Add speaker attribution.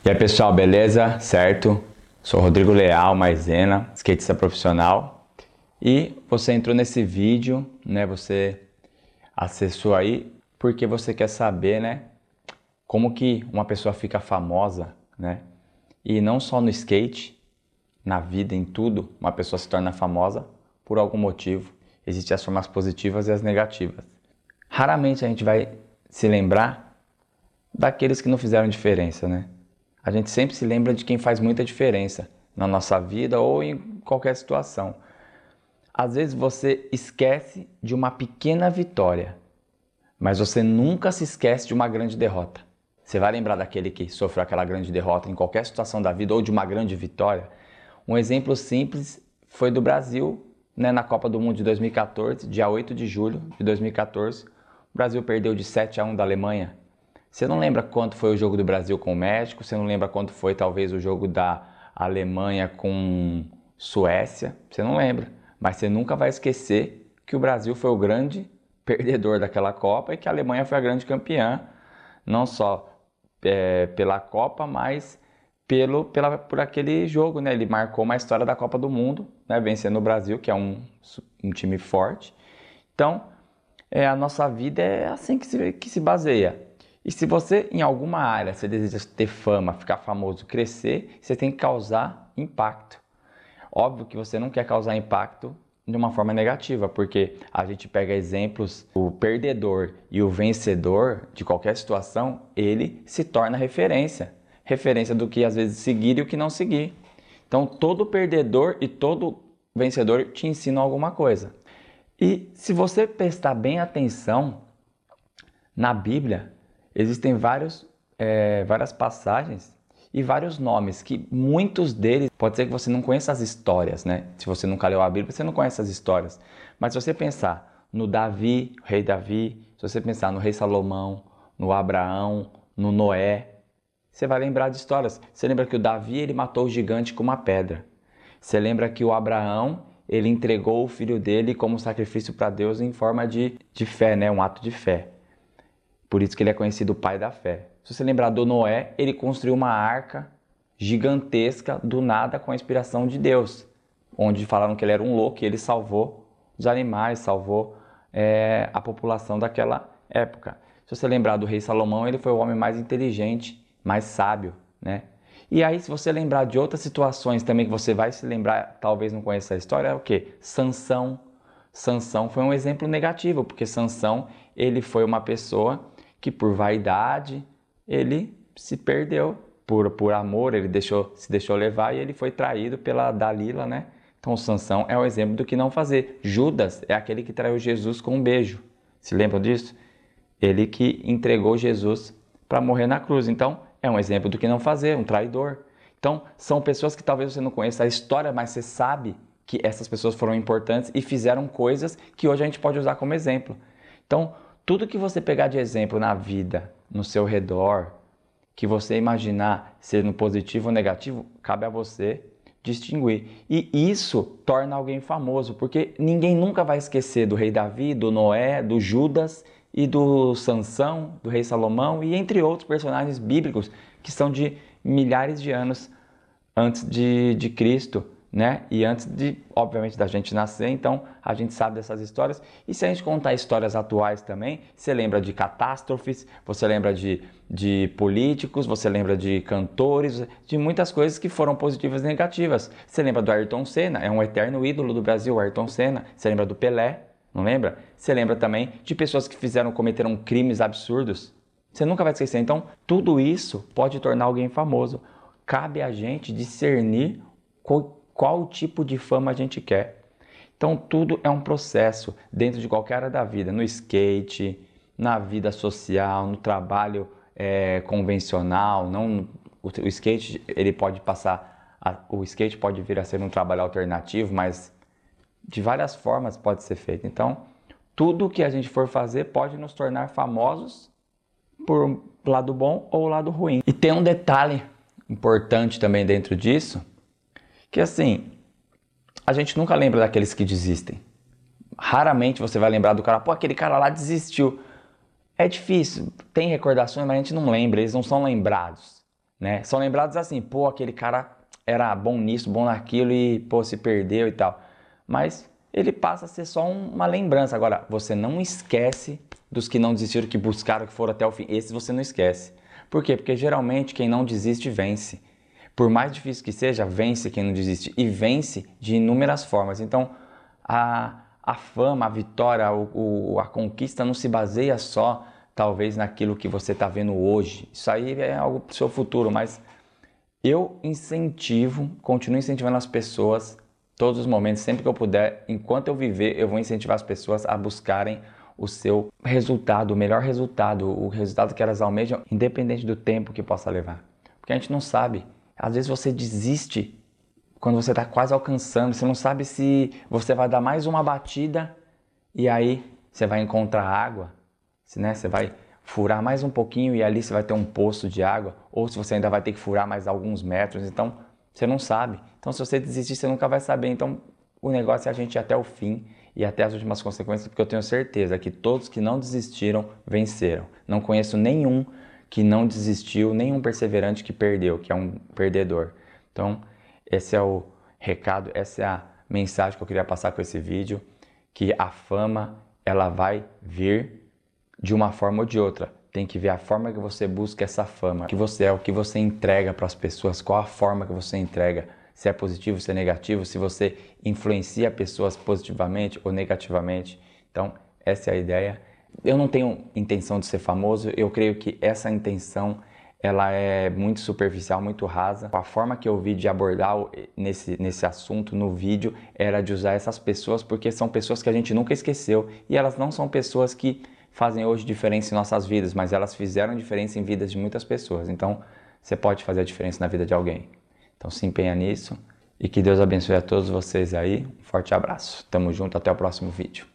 Speaker 1: E aí pessoal, beleza? Certo? Sou Rodrigo Leal, Maisena, skatista profissional. E você entrou nesse vídeo, né? Você acessou aí porque você quer saber, né? Como que uma pessoa fica famosa, né? E não só no skate, na vida, em tudo, uma pessoa se torna famosa por algum motivo. Existem as formas positivas e as negativas. Raramente a gente vai se lembrar daqueles que não fizeram diferença, né? A gente sempre se lembra de quem faz muita diferença na nossa vida ou em qualquer situação. Às vezes você esquece de uma pequena vitória, mas você nunca se esquece de uma grande derrota. Você vai lembrar daquele que sofreu aquela grande derrota em qualquer situação da vida ou de uma grande vitória? Um exemplo simples foi do Brasil, né, na Copa do Mundo de 2014, dia 8 de julho de 2014. O Brasil perdeu de 7-1 da Alemanha. Você não lembra quanto foi o jogo do Brasil com o México, você não lembra quanto foi talvez o jogo da Alemanha com Suécia, você não lembra. Mas você nunca vai esquecer que o Brasil foi o grande perdedor daquela Copa e que a Alemanha foi a grande campeã, não só pela Copa, mas por aquele jogo, né? Ele marcou uma história da Copa do Mundo, né? Vencendo o Brasil, que é um time forte. Então, a nossa vida é assim que se baseia. E se você, em alguma área, você deseja ter fama, ficar famoso, crescer, você tem que causar impacto. Óbvio que você não quer causar impacto de uma forma negativa, porque a gente pega exemplos, o perdedor e o vencedor de qualquer situação, ele se torna referência. Referência do que às vezes seguir e o que não seguir. Então, todo perdedor e todo vencedor te ensinam alguma coisa. E se você prestar bem atenção, na Bíblia existem várias passagens e vários nomes, que muitos deles, pode ser que você não conheça as histórias, né? Se você nunca leu a Bíblia, você não conhece as histórias. Mas se você pensar no Davi, o rei Davi, se você pensar no rei Salomão, no Abraão, no Noé, você vai lembrar de histórias. Você lembra que o Davi, ele matou o gigante com uma pedra. Você lembra que o Abraão, ele entregou o filho dele como sacrifício para Deus em forma de fé, né? Um ato de fé. Por isso que ele é conhecido o pai da fé. Se você lembrar do Noé, ele construiu uma arca gigantesca do nada com a inspiração de Deus, onde falaram que ele era um louco e ele salvou os animais, salvou a população daquela época. Se você lembrar do rei Salomão, ele foi o homem mais inteligente, mais sábio, né? E aí, se você lembrar de outras situações também que você vai se lembrar, talvez não conheça a história, é o quê? Sansão. Sansão foi um exemplo negativo, porque Sansão, ele foi uma pessoa que por vaidade, ele se perdeu. Por amor, ele se deixou levar e ele foi traído pela Dalila, né? Então, Sansão é o exemplo do que não fazer. Judas é aquele que traiu Jesus com um beijo. Se lembram disso? Ele que entregou Jesus para morrer na cruz. Então, é um exemplo do que não fazer, um traidor. Então, são pessoas que talvez você não conheça a história, mas você sabe que essas pessoas foram importantes e fizeram coisas que hoje a gente pode usar como exemplo. Então, tudo que você pegar de exemplo na vida, no seu redor, que você imaginar ser no positivo ou negativo, cabe a você distinguir. E isso torna alguém famoso, porque ninguém nunca vai esquecer do rei Davi, do Noé, do Judas e do Sansão, do rei Salomão e entre outros personagens bíblicos que são de milhares de anos antes de Cristo, né? E antes obviamente, da gente nascer, então a gente sabe dessas histórias. E se a gente contar histórias atuais também, você lembra de catástrofes, você lembra de políticos, você lembra de cantores, de muitas coisas que foram positivas e negativas. Você lembra do Ayrton Senna, é um eterno ídolo do Brasil, o Ayrton Senna. Você lembra do Pelé, não lembra? Você lembra também de pessoas que cometeram crimes absurdos. Você nunca vai esquecer. Então, tudo isso pode tornar alguém famoso. Cabe a gente discernir qual tipo de fama a gente quer. Então, tudo é um processo dentro de qualquer área da vida. No skate, na vida social, no trabalho convencional. Não, o skate, ele pode o skate pode vir a ser um trabalho alternativo, mas de várias formas pode ser feito. Então, tudo que a gente for fazer pode nos tornar famosos por lado bom ou lado ruim. E tem um detalhe importante também dentro disso, que assim, a gente nunca lembra daqueles que desistem. Raramente você vai lembrar do cara, aquele cara lá desistiu. É difícil, tem recordações, mas a gente não lembra, eles não são lembrados. né? São lembrados assim, pô, aquele cara era bom nisso, bom naquilo e, pô, se perdeu e tal. Mas ele passa a ser só uma lembrança. Agora, você não esquece dos que não desistiram, que buscaram, que foram até o fim. Esses você não esquece. Por quê? Porque geralmente quem não desiste vence. Por mais difícil que seja, vence quem não desiste. E vence de inúmeras formas. Então, a fama, a vitória, a conquista não se baseia só, talvez, naquilo que você está vendo hoje. Isso aí é algo para o seu futuro, mas eu continuo incentivando as pessoas, todos os momentos, sempre que eu puder, enquanto eu viver, eu vou incentivar as pessoas a buscarem o seu resultado, o melhor resultado, o resultado que elas almejam, independente do tempo que possa levar. Porque a gente não sabe. Às vezes você desiste quando você está quase alcançando, você não sabe se você vai dar mais uma batida e aí você vai encontrar água, né? Você vai furar mais um pouquinho e ali você vai ter um poço de água, ou se você ainda vai ter que furar mais alguns metros, então você não sabe. Então se você desistir, você nunca vai saber. Então o negócio é a gente ir até o fim e até as últimas consequências, porque eu tenho certeza que todos que não desistiram, venceram. Não conheço nenhum que não desistiu, nenhum perseverante que perdeu, que é um perdedor. Então esse é o recado, essa é a mensagem que eu queria passar com esse vídeo, que a fama, ela vai vir de uma forma ou de outra. Tem que ver a forma que você busca essa fama, o que você é, o que você entrega para as pessoas, qual a forma que você entrega, se é positivo, se é negativo, se você influencia pessoas positivamente ou negativamente. Então, essa é a ideia. Eu não tenho intenção de ser famoso, eu creio que essa intenção ela é muito superficial, muito rasa. A forma que eu vi de abordar nesse assunto no vídeo era de usar essas pessoas, porque são pessoas que a gente nunca esqueceu e elas não são pessoas que fazem hoje diferença em nossas vidas, mas elas fizeram diferença em vidas de muitas pessoas. Então, você pode fazer a diferença na vida de alguém. Então, se empenha nisso e que Deus abençoe a todos vocês aí. Um forte abraço. Tamo junto, até o próximo vídeo.